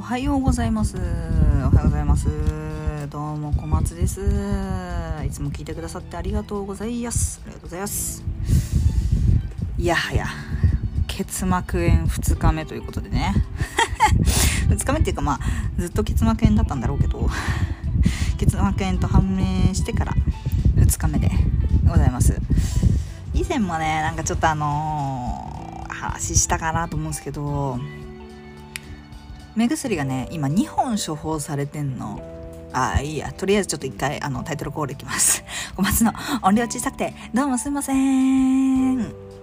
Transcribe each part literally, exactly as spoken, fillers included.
はようございます。おはようございます。どうも小松です。いつも聞いてくださってありがとうございます。ありがとうございます。いやはや結膜炎ふつかめということでねふつかめっていうかまあずっと結膜炎だったんだろうけど結膜炎と判明してからふつかめでございます。以前もねなんかちょっとあのー、話したかなと思うんですけど、目薬がね今にほん処方されてんの。ああいいや、とりあえずちょっと一回あのタイトルコールいきます。小松の音量小さくてどうもすいません。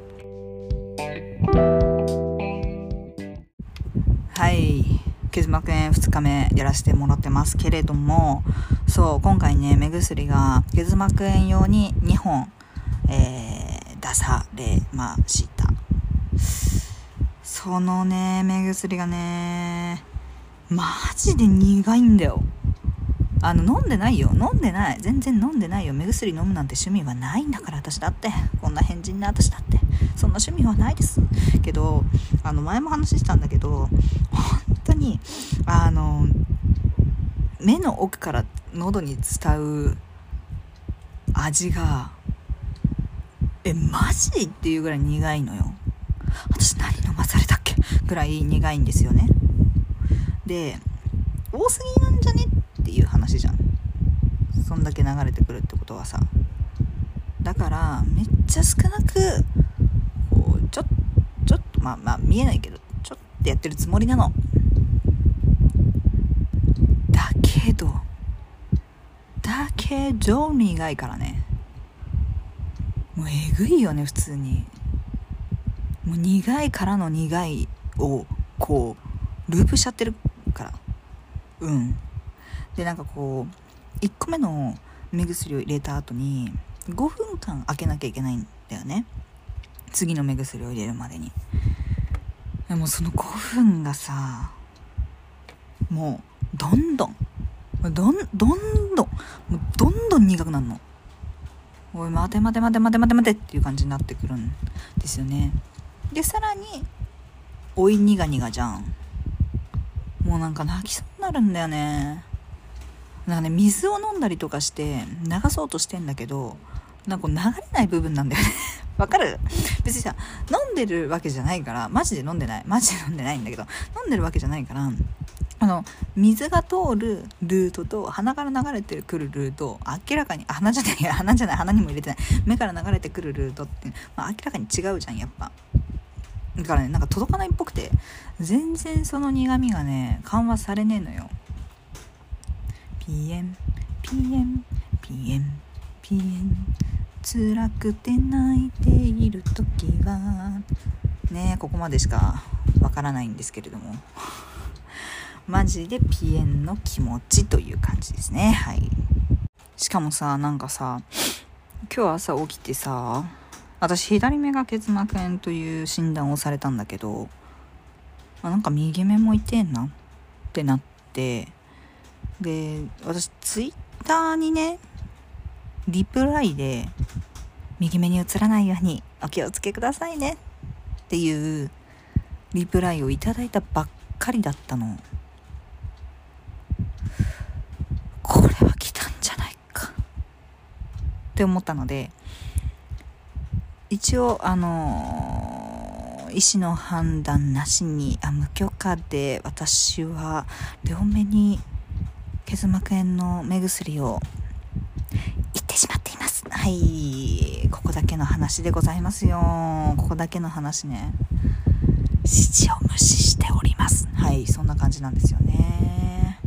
はい結膜炎ふつかめやらせてもらってますけれども、そう今回ね目薬が結膜炎用ににほん、えー、出されました。そのね目薬がねマジで苦いんだよ。あの飲んでないよ飲んでない全然飲んでないよ。目薬飲むなんて趣味はないんだから。私だってこんな変人な私だってそんな趣味はないですけど、あの前も話したんだけど本当にあの目の奥から喉に伝う味がえマジっていうぐらい苦いのよ。私何飲まされたっけぐらい苦いんですよね。で多すぎなんじゃねっていう話じゃん。そんだけ流れてくるってことはさ、だからめっちゃ少なくこうちょっちょっとまあまあ見えないけどちょっとやってるつもりなの。だけどだけど苦いからね、もうえぐいよね普通に。もう苦いからの苦いをこうループしちゃってるから。うんでなんかこういっこめの目薬を入れた後にごふんかん開けなきゃいけないんだよね、次の目薬を入れるまでに。でもそのごふんがさもうどんどんどんどんどんもうどんどん苦くなるの。おい待て待て待て待て待て待てっていう感じになってくるんですよね。でさらにおい苦々じゃん。もうなんか泣きそうになるんだよね。なんかね水を飲んだりとかして流そうとしてんだけどなんか流れない部分なんだよねわかる？別にさ飲んでるわけじゃないから、マジで飲んでないマジで飲んでないんだけど飲んでるわけじゃないから、あの水が通るルートと鼻から流れてくるルート明らかに、あ鼻じゃない鼻じゃない鼻にも入れてない目から流れてくるルートって、まあ、明らかに違うじゃんやっぱ。だからねなんか届かないっぽくて全然その苦味がね緩和されねえのよ。ピーエム ピーエム ピーエム ピーエム 辛くて泣いているときはね、ここまでしかわからないんですけれどもマジでピーエムの気持ちという感じですね。はい。しかもさなんかさ今日朝起きてさ、私左目が結膜炎という診断をされたんだけど、あなんか右目も痛えなってなって、で私ツイッターにねリプライで右目に映らないようにお気をつけくださいねっていうリプライをいただいたばっかりだったの。これは来たんじゃないかって思ったので、一応あのー、医師の判断なしにあ無許可で私は両目に結膜炎の目薬をいってしまっています。はい、ここだけの話でございますよ。ここだけの話ね。指示を無視しております。はい、そんな感じなんですよね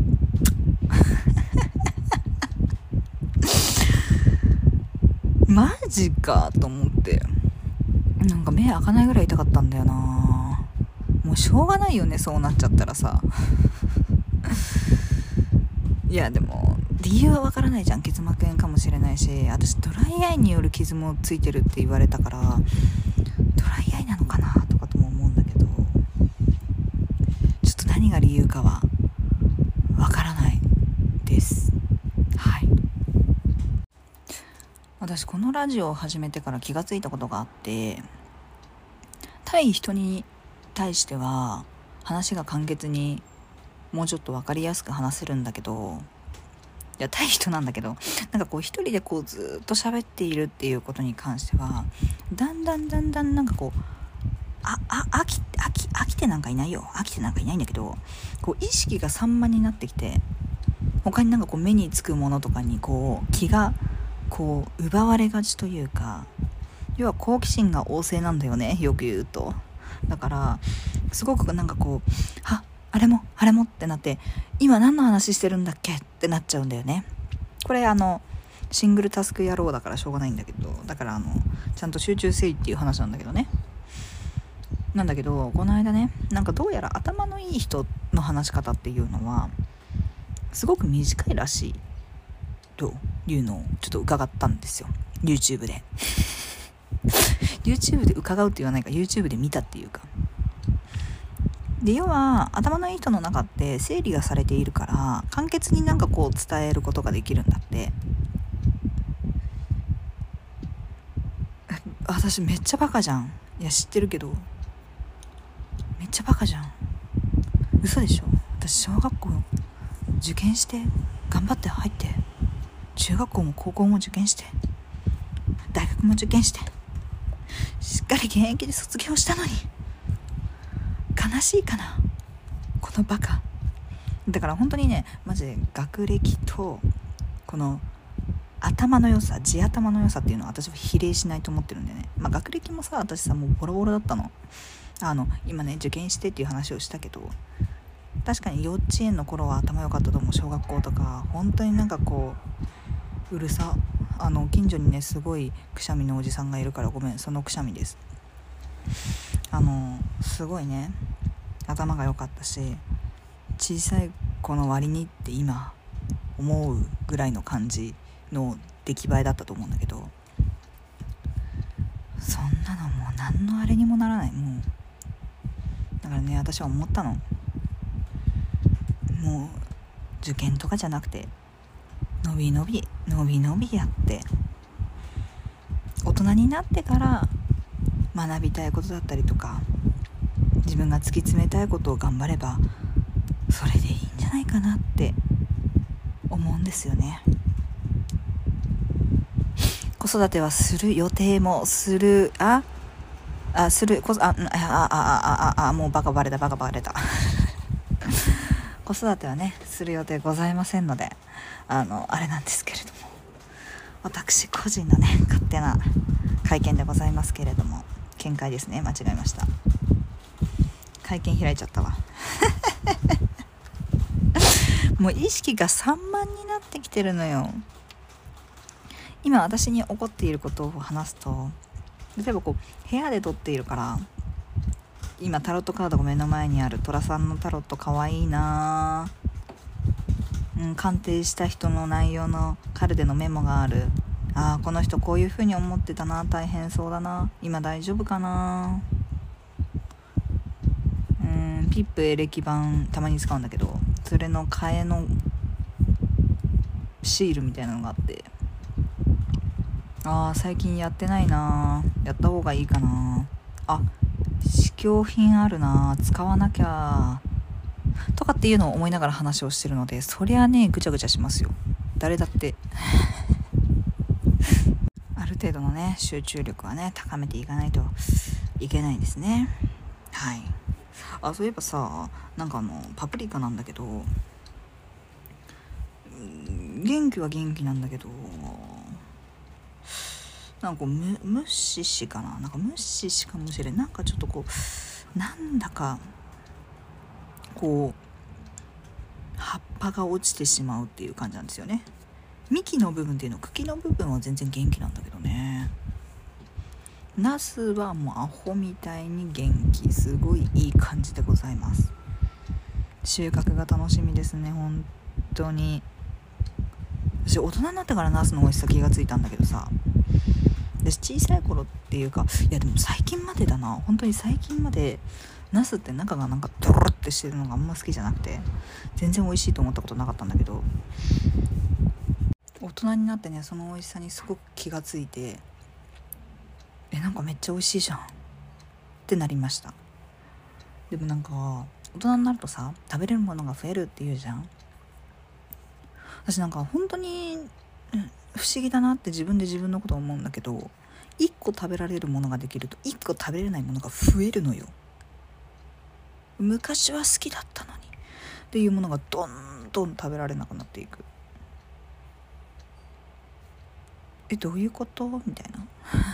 マジかと思って、なんか目開かないぐらい痛かったんだよな。もうしょうがないよねそうなっちゃったらさいやでも理由はわからないじゃん。結膜炎かもしれないし、私ドライアイによる傷もついてるって言われたからドライアイなのかなとかとも思うんだけど、ちょっと何が理由かはわからないです。はい。私このラジオを始めてから気がついたことがあって、対人に対しては話が簡潔にもうちょっと分かりやすく話せるんだけど、いや、たい人なんだけど、なんかこう一人でこうずっと喋っているっていうことに関してはだんだんだんだんなんかこうああ飽き飽き飽きてなんかいないよ飽きてなんかいないんだけど、こう意識が散漫になってきて、他になんかこう目につくものとかにこう気がこう奪われがちというか、要は好奇心が旺盛なんだよね、よく言うと。だからすごくなんかこうああれもあれもってなって、今何の話してるんだっけってなっちゃうんだよね。これあのシングルタスク野郎だからしょうがないんだけど、だからあのちゃんと集中せいっていう話なんだけどね。なんだけどこの間ね、なんかどうやら頭のいい人の話し方っていうのはすごく短いらしいというのをちょっと伺ったんですよ、 YouTube でYouTube で伺うって言わないか YouTube で見たっていうかで、要は頭のいい人の中って整理がされているから簡潔になんかこう伝えることができるんだって。私めっちゃバカじゃん。いや知ってるけどめっちゃバカじゃん。嘘でしょ。私小学校受験して頑張って入って、中学校も高校も受験して大学も受験してしっかり現役で卒業したのに悲しいかな、このバカ。だから本当にね、マジで学歴とこの頭の良さ、地頭の良さっていうのは私は比例しないと思ってるんでね。まあ学歴もさ、私さもうボロボロだったの。あの今ね受験してっていう話をしたけど、確かに幼稚園の頃は頭良かったと思う。小学校とか本当になんかこううるさ、あの近所にねすごいくしゃみのおじさんがいるからごめん、そのくしゃみです。あのすごいね頭が良かったし、小さい子の割にって今思うぐらいの感じの出来栄えだったと思うんだけど、そんなのもう何のあれにもならない。もうだからね、私は思ったの、もう受験とかじゃなくてのびのびのびのびやって、大人になってから学びたいことだったりとか自分が突き詰めたいことを頑張ればそれでいいんじゃないかなって思うんですよね。子育てはする予定もするああするこああああああもうバカバレたバカバレた子育てはねする予定ございませんので、あのあれなんですけれども、私個人のね勝手な会見でございますけれども、見解ですね、間違えました。会見開いちゃったわもう意識が散漫になってきてるのよ。今私に起こっていることを話すと、例えばこう部屋で撮っているから、今タロットカードが目の前にある。トラさんのタロットかわいいな、うん、鑑定した人の内容のカルテのメモがある。あーこの人こういう風に思ってたな、大変そうだな、今大丈夫かな。うんピップエレキ版たまに使うんだけど、それの替えのシールみたいなのがあって、あー最近やってないな、やった方がいいかな、あ試供品あるな、使わなきゃとかっていうのを思いながら話をしてるので、そりゃねぐちゃぐちゃしますよ、誰だってある程度のね集中力はね高めていかないといけないですね。はい。あそういえばさ、なんかあのパプリカなんだけど、元気は元気なんだけど、なんかこうむ無視しかな、なんか無視しかもしれん、なんかちょっとこうなんだかこう葉っぱが落ちてしまうっていう感じなんですよね。幹の部分っていうの、茎の部分は全然元気なんだけどね。ナスはもうアホみたいに元気、すごいいい感じでございます。収穫が楽しみですね、本当に。私大人になってからナスの美味しさ気がついたんだけどさ、私小さい頃っていうか、いやでも最近までだな、本当に最近までナスって中がなんかドロロってしてるのがあんま好きじゃなくて、全然美味しいと思ったことなかったんだけど、大人になってねその美味しさにすごく気がついて、えなんかめっちゃ美味しいじゃんってなりました。でもなんか大人になるとさ、食べれるものが増えるって言うじゃん。私なんか本当に、うん、不思議だなって自分で自分のことを思うんだけど、いっこ食べられるものができるといっこ食べれないものが増えるのよ。昔は好きだったのにっていうものがどんどん食べられなくなっていく。え、どういうことみたいな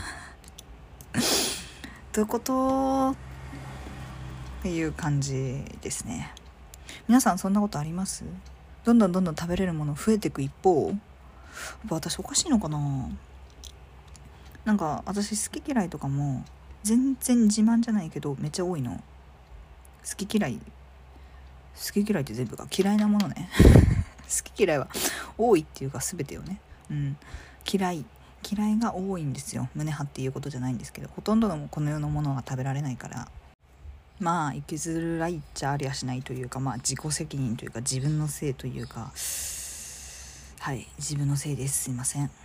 どういうことっていう感じですね。皆さんそんなことあります？どんどんどんどん食べれるもの増えていく一方、やっぱ私おかしいのかな。なんか私好き嫌いとかも全然自慢じゃないけどめっちゃ多いの。好き嫌い好き嫌いって全部が嫌いなものね好き嫌いは多いっていうか全てよね。うん、嫌い嫌いが多いんですよ。胸張っていうことじゃないんですけど、ほとんどのこの世のものは食べられないから、まあ生きづらいっちゃありゃしないというか、まあ自己責任というか自分のせいというか、はい自分のせいです。すいません。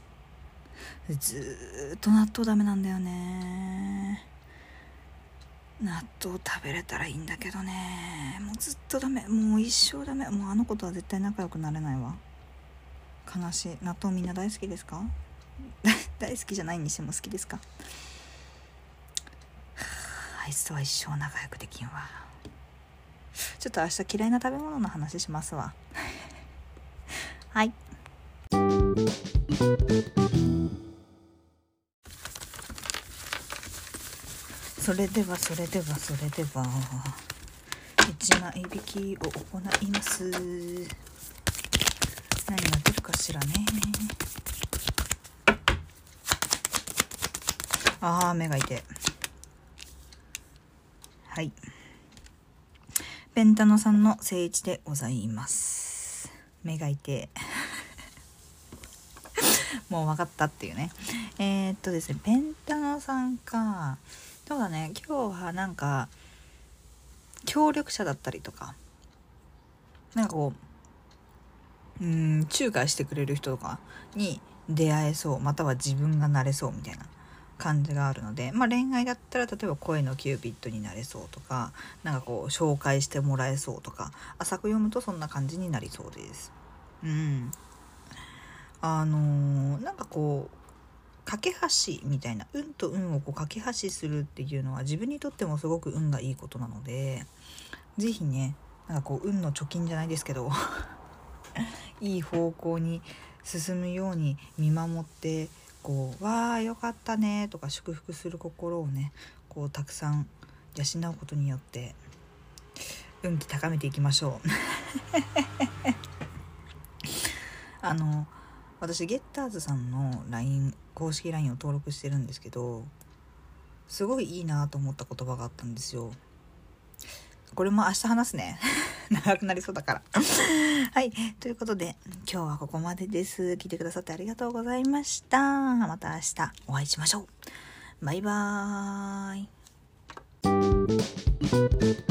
ずーっと納豆ダメなんだよね。納豆食べれたらいいんだけどね、もうずっとダメ、もう一生ダメ。もうあの子とは絶対仲良くなれないわ。悲しい。納豆みんな大好きですか？大好きじゃないにしても好きですか？あいつとは一生仲良くできんわ。ちょっと明日嫌いな食べ物の話しますわはい。それではそれではそれではいちまい引きを行います。何が出るかしらね。あー目が痛い。はい、ペンタノさんの聖一でございます。目が痛いもう分かったっていうね。えー、っとですねペンタノさんか。そうだね、今日はなんか協力者だったりとか、なんかこううーん仲介してくれる人とかに出会えそう、または自分がなれそうみたいな感じがあるので、まあ恋愛だったら例えば恋のキューピッドになれそうとか、なんかこう紹介してもらえそうとか、浅く読むとそんな感じになりそうです。うん。あのー、なんかこう架け橋みたいな、運と運をこう架け橋するっていうのは自分にとってもすごく運がいいことなので、ぜひね、なんかこう運の貯金じゃないですけどいい方向に進むように見守って、こうわーよかったねとか祝福する心をね、こうたくさん養うことによって運気高めていきましょうあの私ゲッターズさんの ライン 公式 ライン を登録してるんですけど、すごいいいなと思った言葉があったんですよ。これも明日話すね長くなりそうだからはい、ということで今日はここまでです。聞いてくださってありがとうございました。また明日お会いしましょう。バイバーイ。